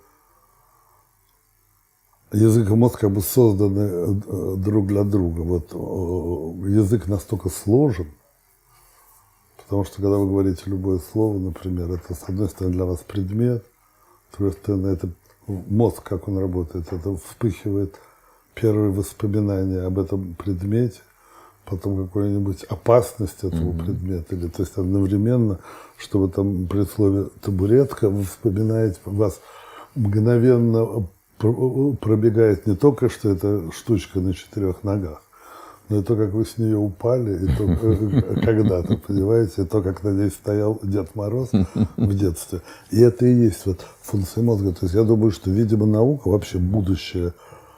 Язык и мозг как бы созданы друг для друга. Вот язык настолько сложен, потому что когда вы говорите любое слово, например, это с одной стороны для вас предмет, с другой стороны это мозг, как он работает, это вспыхивает первые воспоминания об этом предмете, потом какую-нибудь опасность этого предмета, или то есть одновременно, чтобы там при слове табуретка вы вспоминаете, вас мгновенно пробегает не только, что это штучка на 4 ногах, но и то, как вы с нее упали, и то, когда-то, понимаете, и то, как на ней стоял Дед Мороз в детстве. И это и есть вот функция мозга. То есть я думаю, что, видимо, наука, вообще будущее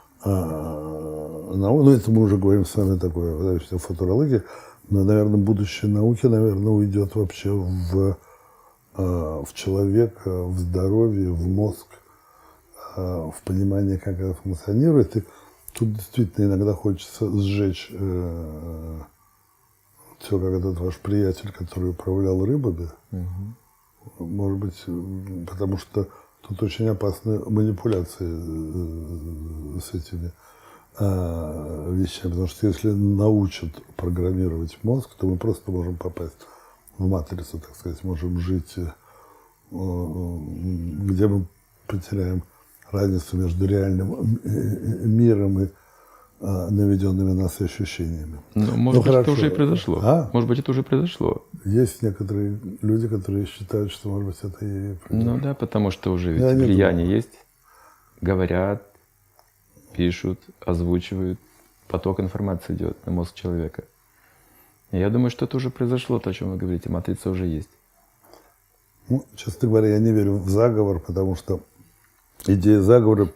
наука, ну это мы уже говорим с вами такое, о футурологии, но, наверное, будущее науки, наверное, уйдет вообще в человека, в здоровье, в мозг, в понимание, как это функционирует. И тут действительно иногда хочется сжечь все, как этот ваш приятель, который управлял рыбами. Может быть, потому что тут очень опасны манипуляции с этими вещами. Потому что если научат программировать мозг, то мы просто можем попасть в матрицу, так сказать. Можем жить, где мы потеряем разницу между реальным миром и наведенными на нас ощущениями. Может быть, это уже и произошло. Может быть, это уже произошло. Есть некоторые люди, которые считают, что, может быть, это и произошло. Ну да, потому что уже ведь влияние есть. Говорят, пишут, озвучивают. Поток информации идет на мозг человека. И я думаю, что это уже произошло, то, о чем вы говорите. Матрица уже есть. Ну, честно говоря, я не верю в заговор, потому что идея заговора,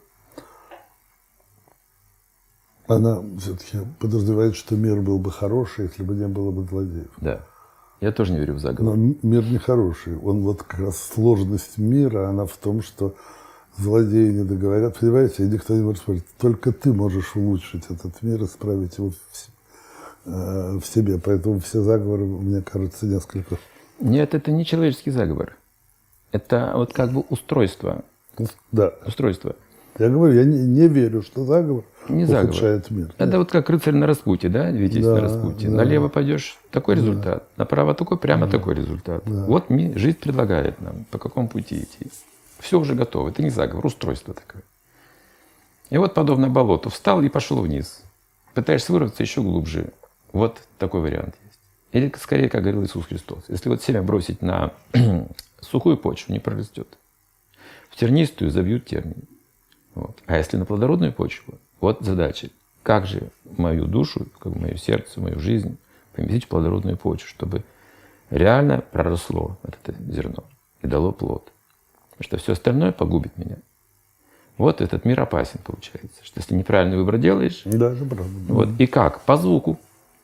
она все-таки подразумевает, что мир был бы хороший, если бы не было бы злодеев. Да. Я тоже не верю в заговор. Но мир не хороший. Он вот как раз сложность мира, она в том, что злодеи не договорят. Понимаете, и никто не может спорить. Только ты можешь улучшить этот мир, исправить его в себе. Поэтому все заговоры, мне кажется, несколько… Нет, это не человеческий заговор. Это вот как бы устройство. Да. Устройство. Я говорю, я не верю, что заговор Не заговор. ухудшает мир. Это вот как рыцарь на распутье, да? Видите, Да, на распутье. да. Налево пойдешь, такой результат. Направо такой, прямо такой результат. Вот жизнь предлагает нам, по какому пути идти. Все уже готово. Это не заговор, устройство такое. И вот подобно болоту. Встал и пошел вниз. Пытаешься вырваться еще глубже. Вот такой вариант есть. Или скорее, как говорил Иисус Христос. Если вот семя бросить на сухую почву, не прорастет. В тернистую забьют тернии. Вот. А если на плодородную почву, вот задача. Как же мою душу, как мое сердце, мою жизнь поместить в плодородную почву, чтобы реально проросло вот это зерно и дало плод. Потому что все остальное погубит меня. Вот этот мир опасен получается. Что если неправильный выбор делаешь, Да, это правда. вот, и как? По звуку.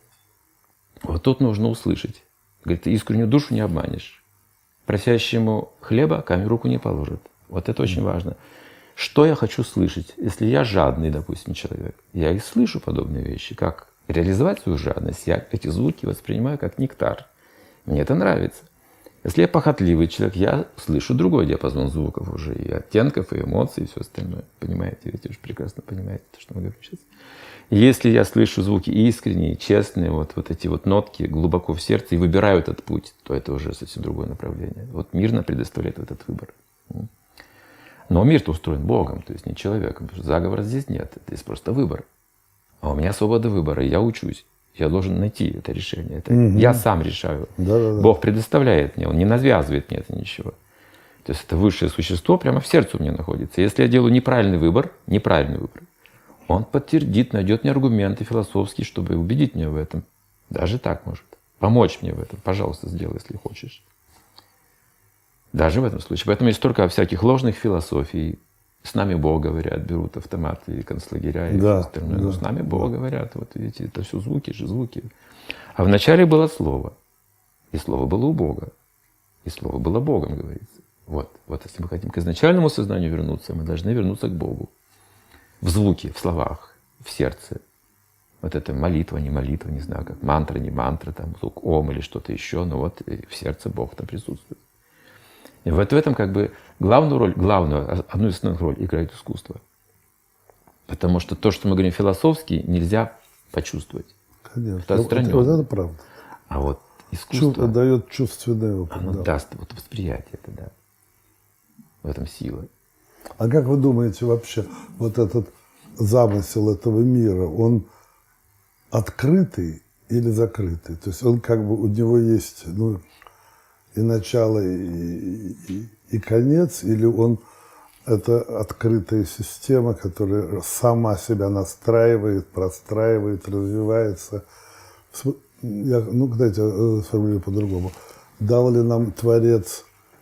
Вот тут нужно услышать. Говорит, искреннюю душу не обманешь. Просящему хлеба камень в руку не положит. Вот это очень важно. Что я хочу слышать? Если я жадный, допустим, человек, я и слышу подобные вещи. Как реализовать свою жадность? Я эти звуки воспринимаю как нектар. Мне это нравится. Если я похотливый человек, я слышу другой диапазон звуков уже, и оттенков, и эмоций, и все остальное. Понимаете? Ведь вы же прекрасно понимаете, что мы говорим сейчас. Если я слышу звуки искренние, честные, вот эти вот нотки глубоко в сердце, и выбираю этот путь, то это уже совсем другое направление. Вот мир нам предоставляет этот выбор. Но мир-то устроен Богом, то есть не человеком. Потому что заговора здесь нет, здесь просто выбор. А у меня свобода выбора, и я учусь. Я должен найти это решение. Это я сам решаю. Да. Бог предоставляет мне, Он не навязывает мне это ничего. То есть это высшее существо прямо в сердце у меня находится. Если я делаю неправильный выбор, Он подтвердит, найдет мне аргументы философские, чтобы убедить меня в этом. Даже так может. Помочь мне в этом. Пожалуйста, сделай, если хочешь. Даже в этом случае. Поэтому есть столько всяких ложных философий. С нами Бог говорят, берут автоматы и концлагеря и все остальное. Но с нами Бог говорят. Вот видите, это все звуки же, звуки. А вначале было Слово. И Слово было у Бога. И Слово было Богом, говорится. Вот если мы хотим к изначальному сознанию вернуться, мы должны вернуться к Богу. В звуке, в словах, в сердце. Вот это молитва, не знаю, как мантра, не мантра, там звук ом или что-то еще, но вот в сердце Бог там присутствует. И вот в этом как бы одну из основных ролей играет искусство. Потому что то, что мы говорим философски, нельзя почувствовать. Конечно. Это отстраненно. Вот это правда. А вот искусство, Дает чувственный опыт. оно даст вот восприятие, это да. В этом сила. А как вы думаете вообще, вот этот замысел этого мира, он открытый или закрытый? То есть он как бы, у него есть и начало, и конец, или он это открытая система, которая сама себя настраивает, простраивает, развивается? Давайте сформулирую по-другому. Дал ли нам Творец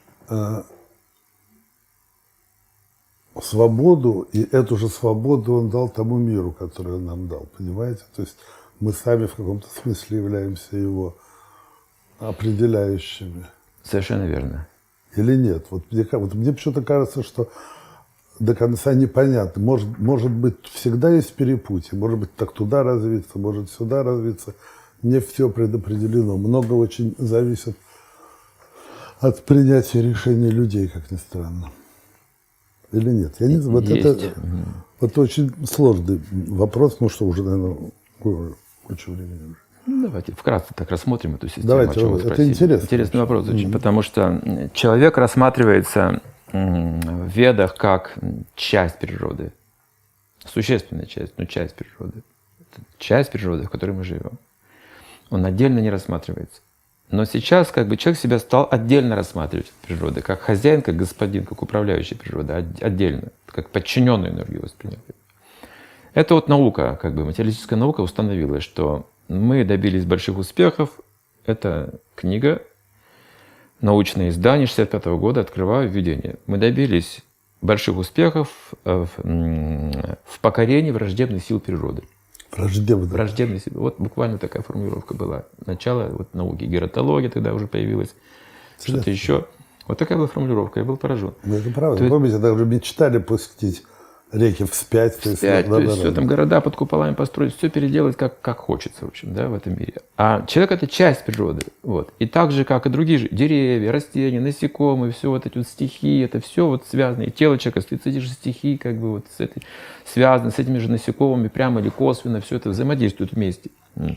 свободу, и эту же свободу Он дал тому миру, который Он нам дал, понимаете? То есть мы сами в каком-то смысле являемся Его определяющими. Совершенно верно. Или нет? Вот мне почему-то кажется, что до конца непонятно. Может быть, всегда есть перепутье. Может быть, так туда развиться, может сюда развиться. Не все предопределено. Много очень зависит от принятия решений людей, как ни странно. Или нет? Я не знаю. Это очень сложный вопрос, потому что уже, наверное, кучу времени уже. Давайте вкратце так рассмотрим эту систему. Давайте, о чем вы это спросили. интересно. Интересный вопрос очень, потому что человек рассматривается в ведах как часть природы. Существенная часть, но часть природы. Это часть природы, в которой мы живем. Он отдельно не рассматривается. Но сейчас как бы человек себя стал отдельно рассматривать от природы, как хозяин, как господин, как управляющий природой, отдельно, как подчиненную энергию воспринимает. Это вот наука, как бы материалистическая наука установила, что мы добились больших успехов. Это книга, научное издание 1965 года, открываю введение. Мы добились больших успехов в покорении враждебных сил природы. Враждебные силы. Вот буквально такая формулировка была. Начало науки. Гератология тогда уже появилась. Что-то еще. Вот такая была формулировка. Я был поражен. Это правда. Помните, даже мечтали пустить реки вспять. То есть, Вспять, то есть все там города под куполами построить, все переделать как хочется, в общем, да, в этом мире. А человек — это часть природы. Вот. И так же, как и другие же, деревья, растения, насекомые, все вот эти вот стихии, это все вот связано. И тело человека стоит с этих же стихий, как бы вот с этой, связано с этими же насекомыми, прямо или косвенно, все это взаимодействует вместе.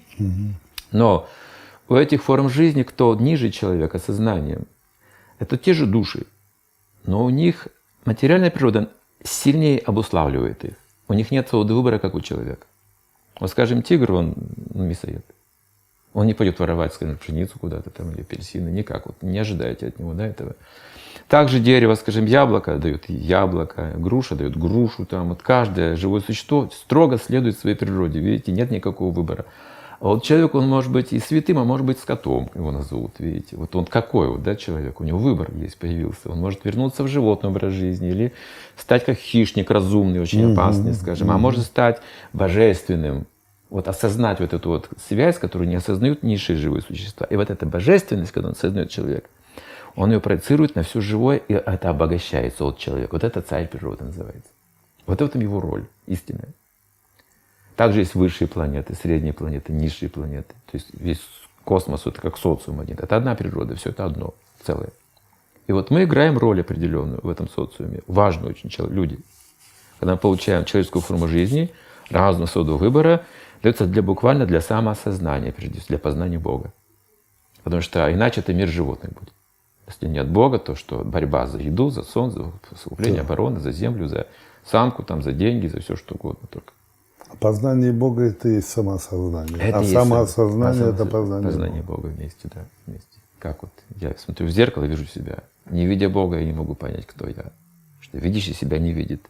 Но у этих форм жизни, кто ниже человека сознанием, это те же души, но у них материальная природа сильнее обуславливает их. У них нет свободы выбора, как у человека. Вот, скажем, тигр, он мясоед. Он не пойдет воровать, скажем, пшеницу куда-то там или апельсины, никак. Вот не ожидайте от него, да, этого. Также дерево, скажем, яблоко дает яблоко, груша дает грушу. Там. Вот каждое живое существо строго следует своей природе. Видите, нет никакого выбора. А вот человек, он может быть и святым, а может быть скотом, его назовут, видите. Вот он какой вот, да, человек, у него выбор есть, появился. Он может вернуться в животный образ жизни или стать как хищник разумный, очень опасный, скажем. А может стать божественным. Вот осознать вот эту вот связь, которую не осознают низшие живые существа. И вот эта божественность, когда он осознает человек, он ее проецирует на все живое, и это обогащается от человека. Вот это царь природы называется. Вот в этом его роль истинная. Также есть высшие планеты, средние планеты, низшие планеты. То есть весь космос — это как социум один. Это одна природа, все это одно, целое. И вот мы играем роль определенную в этом социуме. Важную очень люди. Когда мы получаем человеческую форму жизни, разную свободу выбора, дается буквально для самоосознания, прежде всего, для познания Бога. Потому что иначе это мир животных будет. Если нет Бога, то что борьба за еду, за сон, за укрепление обороны, за землю, за самку, там, за деньги, за все что угодно только. Познание Бога — это и есть самоосознание. Это а самоосознание — это познание Бога вместе, да, вместе. Как вот я смотрю в зеркало и вижу себя. Не видя Бога, я не могу понять, кто я. Потому что видящий себя не видит.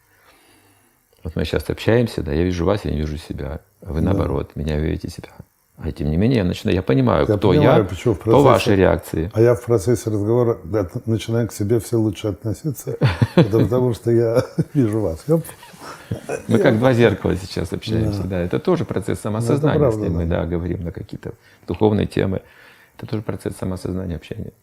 Вот мы сейчас общаемся, да, я вижу вас, я не вижу себя. А вы наоборот, меня видите себя. А тем не менее, я понимаю, кто я по вашей реакции. А я в процессе разговора начинаю к себе все лучше относиться, потому что я вижу вас. Мы как два зеркала сейчас общаемся. Да. Это тоже процесс самоосознания, правда, если мы говорим на какие-то духовные темы. Это тоже процесс самоосознания, общения.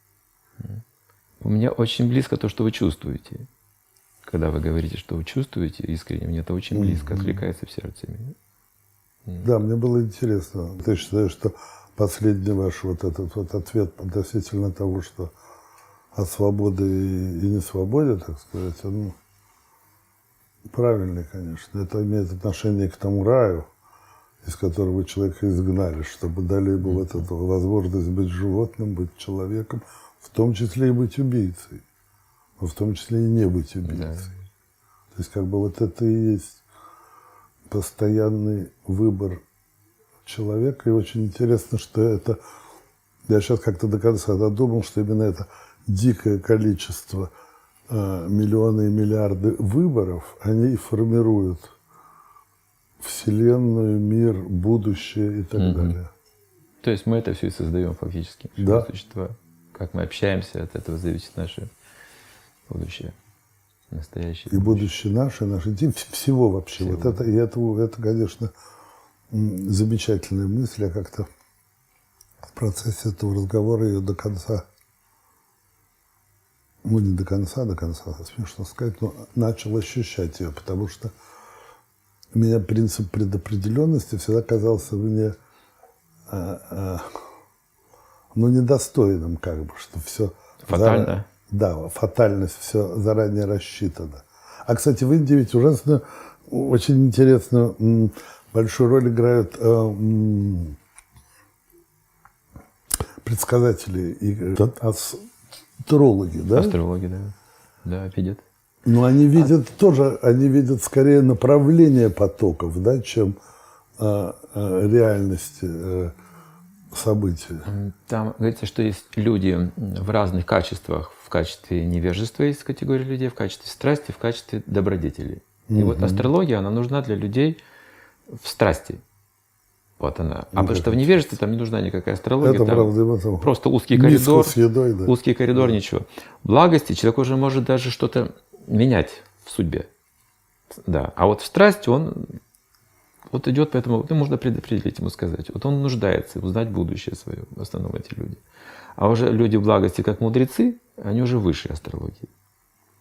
У меня очень близко то, что вы чувствуете. Когда вы говорите, что вы чувствуете искренне, мне это очень близко, откликается в сердце. Да, мне было интересно. Ты считаешь, что последний ваш вот этот вот ответ относительно того, что о свободе и несвободе, так сказать, он правильный, конечно. Это имеет отношение к тому раю, из которого человека изгнали, чтобы дали ему вот эту возможность быть животным, быть человеком, в том числе и быть убийцей, но в том числе и не быть убийцей. Да. То есть как бы вот это и есть постоянный выбор человека. И очень интересно, что это... Я сейчас как-то до конца додумал, что именно это дикое количество, миллионы и миллиарды выборов, они формируют Вселенную, мир, будущее и так далее. То есть мы это все и создаем фактически. Да. Существа. Как мы общаемся, от этого зависит наше будущее. Настоящее. И будущее наше всего вообще. Всего. Вот это, конечно, замечательная мысль. Я как-то в процессе этого разговора ее до конца, не до конца, смешно сказать, но начал ощущать ее, потому что у меня принцип предопределенности всегда казался мне недостойным, как бы, что все фатально. Да, фатальность, все заранее рассчитано. А, кстати, в Индии ведь ужасно, очень интересно, большую роль играют предсказатели и астрологи, да? Астрологи, да. Да, видят. Но они видят тоже, они видят скорее направление потоков, да, чем реальность событий. Там говорится, что есть люди в разных качествах. В качестве невежества есть категория людей, в качестве страсти, в качестве добродетелей. И вот астрология, она нужна для людей в страсти. Вот она. А потому что в невежестве там не нужна никакая астрология. Это там правда, просто узкий коридор. С едой, да. Узкий коридор, ничего. В благости человек уже может даже что-то менять в судьбе. Да. А вот в страсти он вот идет, поэтому можно предопределить ему сказать. Вот он нуждается узнать будущее свое, в основном эти люди. А уже люди в благости, как мудрецы, они уже выше астрологии.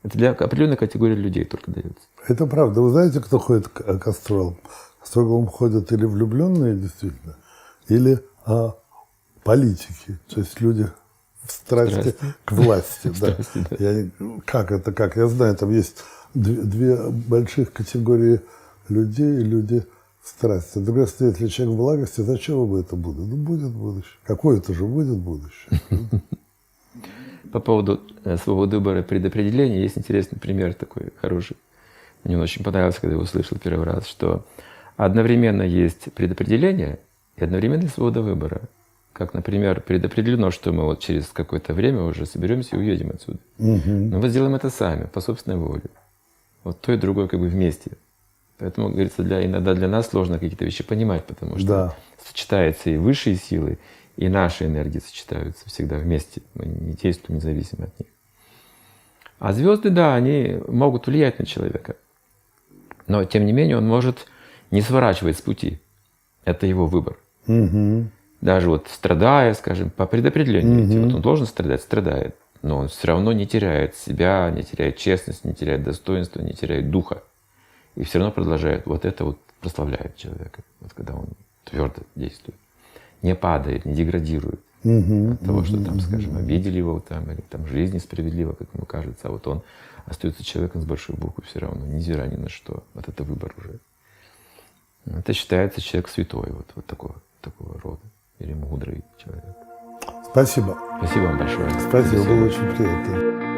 Это для определенной категории людей только дается. Это правда. Вы знаете, кто ходит к астрологам? К астрологам ходят или влюбленные, действительно, или политики, то есть люди в страсти к власти. Да. Как это, как? Я знаю, там есть две больших категории людей, люди в страсти. С другой стороны, если человек в благости, зачем ему это будет? Ну, будет будущее. Какое-то же будет будущее. По поводу свободы выбора и предопределения есть интересный пример такой хороший. Мне он очень понравился, когда я его услышал первый раз, что одновременно есть предопределение и одновременно свобода выбора. Как, например, предопределено, что мы вот через какое-то время уже соберемся и уедем отсюда. Но мы сделаем это сами, по собственной воле. Вот то и другое как бы вместе. Поэтому, говорится, иногда для нас сложно какие-то вещи понимать, потому что сочетаются и высшие силы, и наши энергии сочетаются всегда вместе. Мы не действуем независимо от них. А звезды, да, они могут влиять на человека. Но, тем не менее, он может не сворачивать с пути. Это его выбор. Даже вот страдая, скажем, по предопределению, вот он должен страдать, страдает. Но он все равно не теряет себя, не теряет честность, не теряет достоинства, не теряет духа. И все равно продолжает. Вот это вот прославляет человека. Вот когда он твердо действует. Не падает, не деградирует от того, что там, скажем, обидели его там, или там жизнь несправедлива, как ему кажется. А вот он остается человеком с большой буквы все равно, невзирая ни на что. Вот это выбор уже. Это считается человек святой, вот такого рода. Или мудрый человек. Спасибо. Спасибо вам большое. Спасибо, было очень приятно.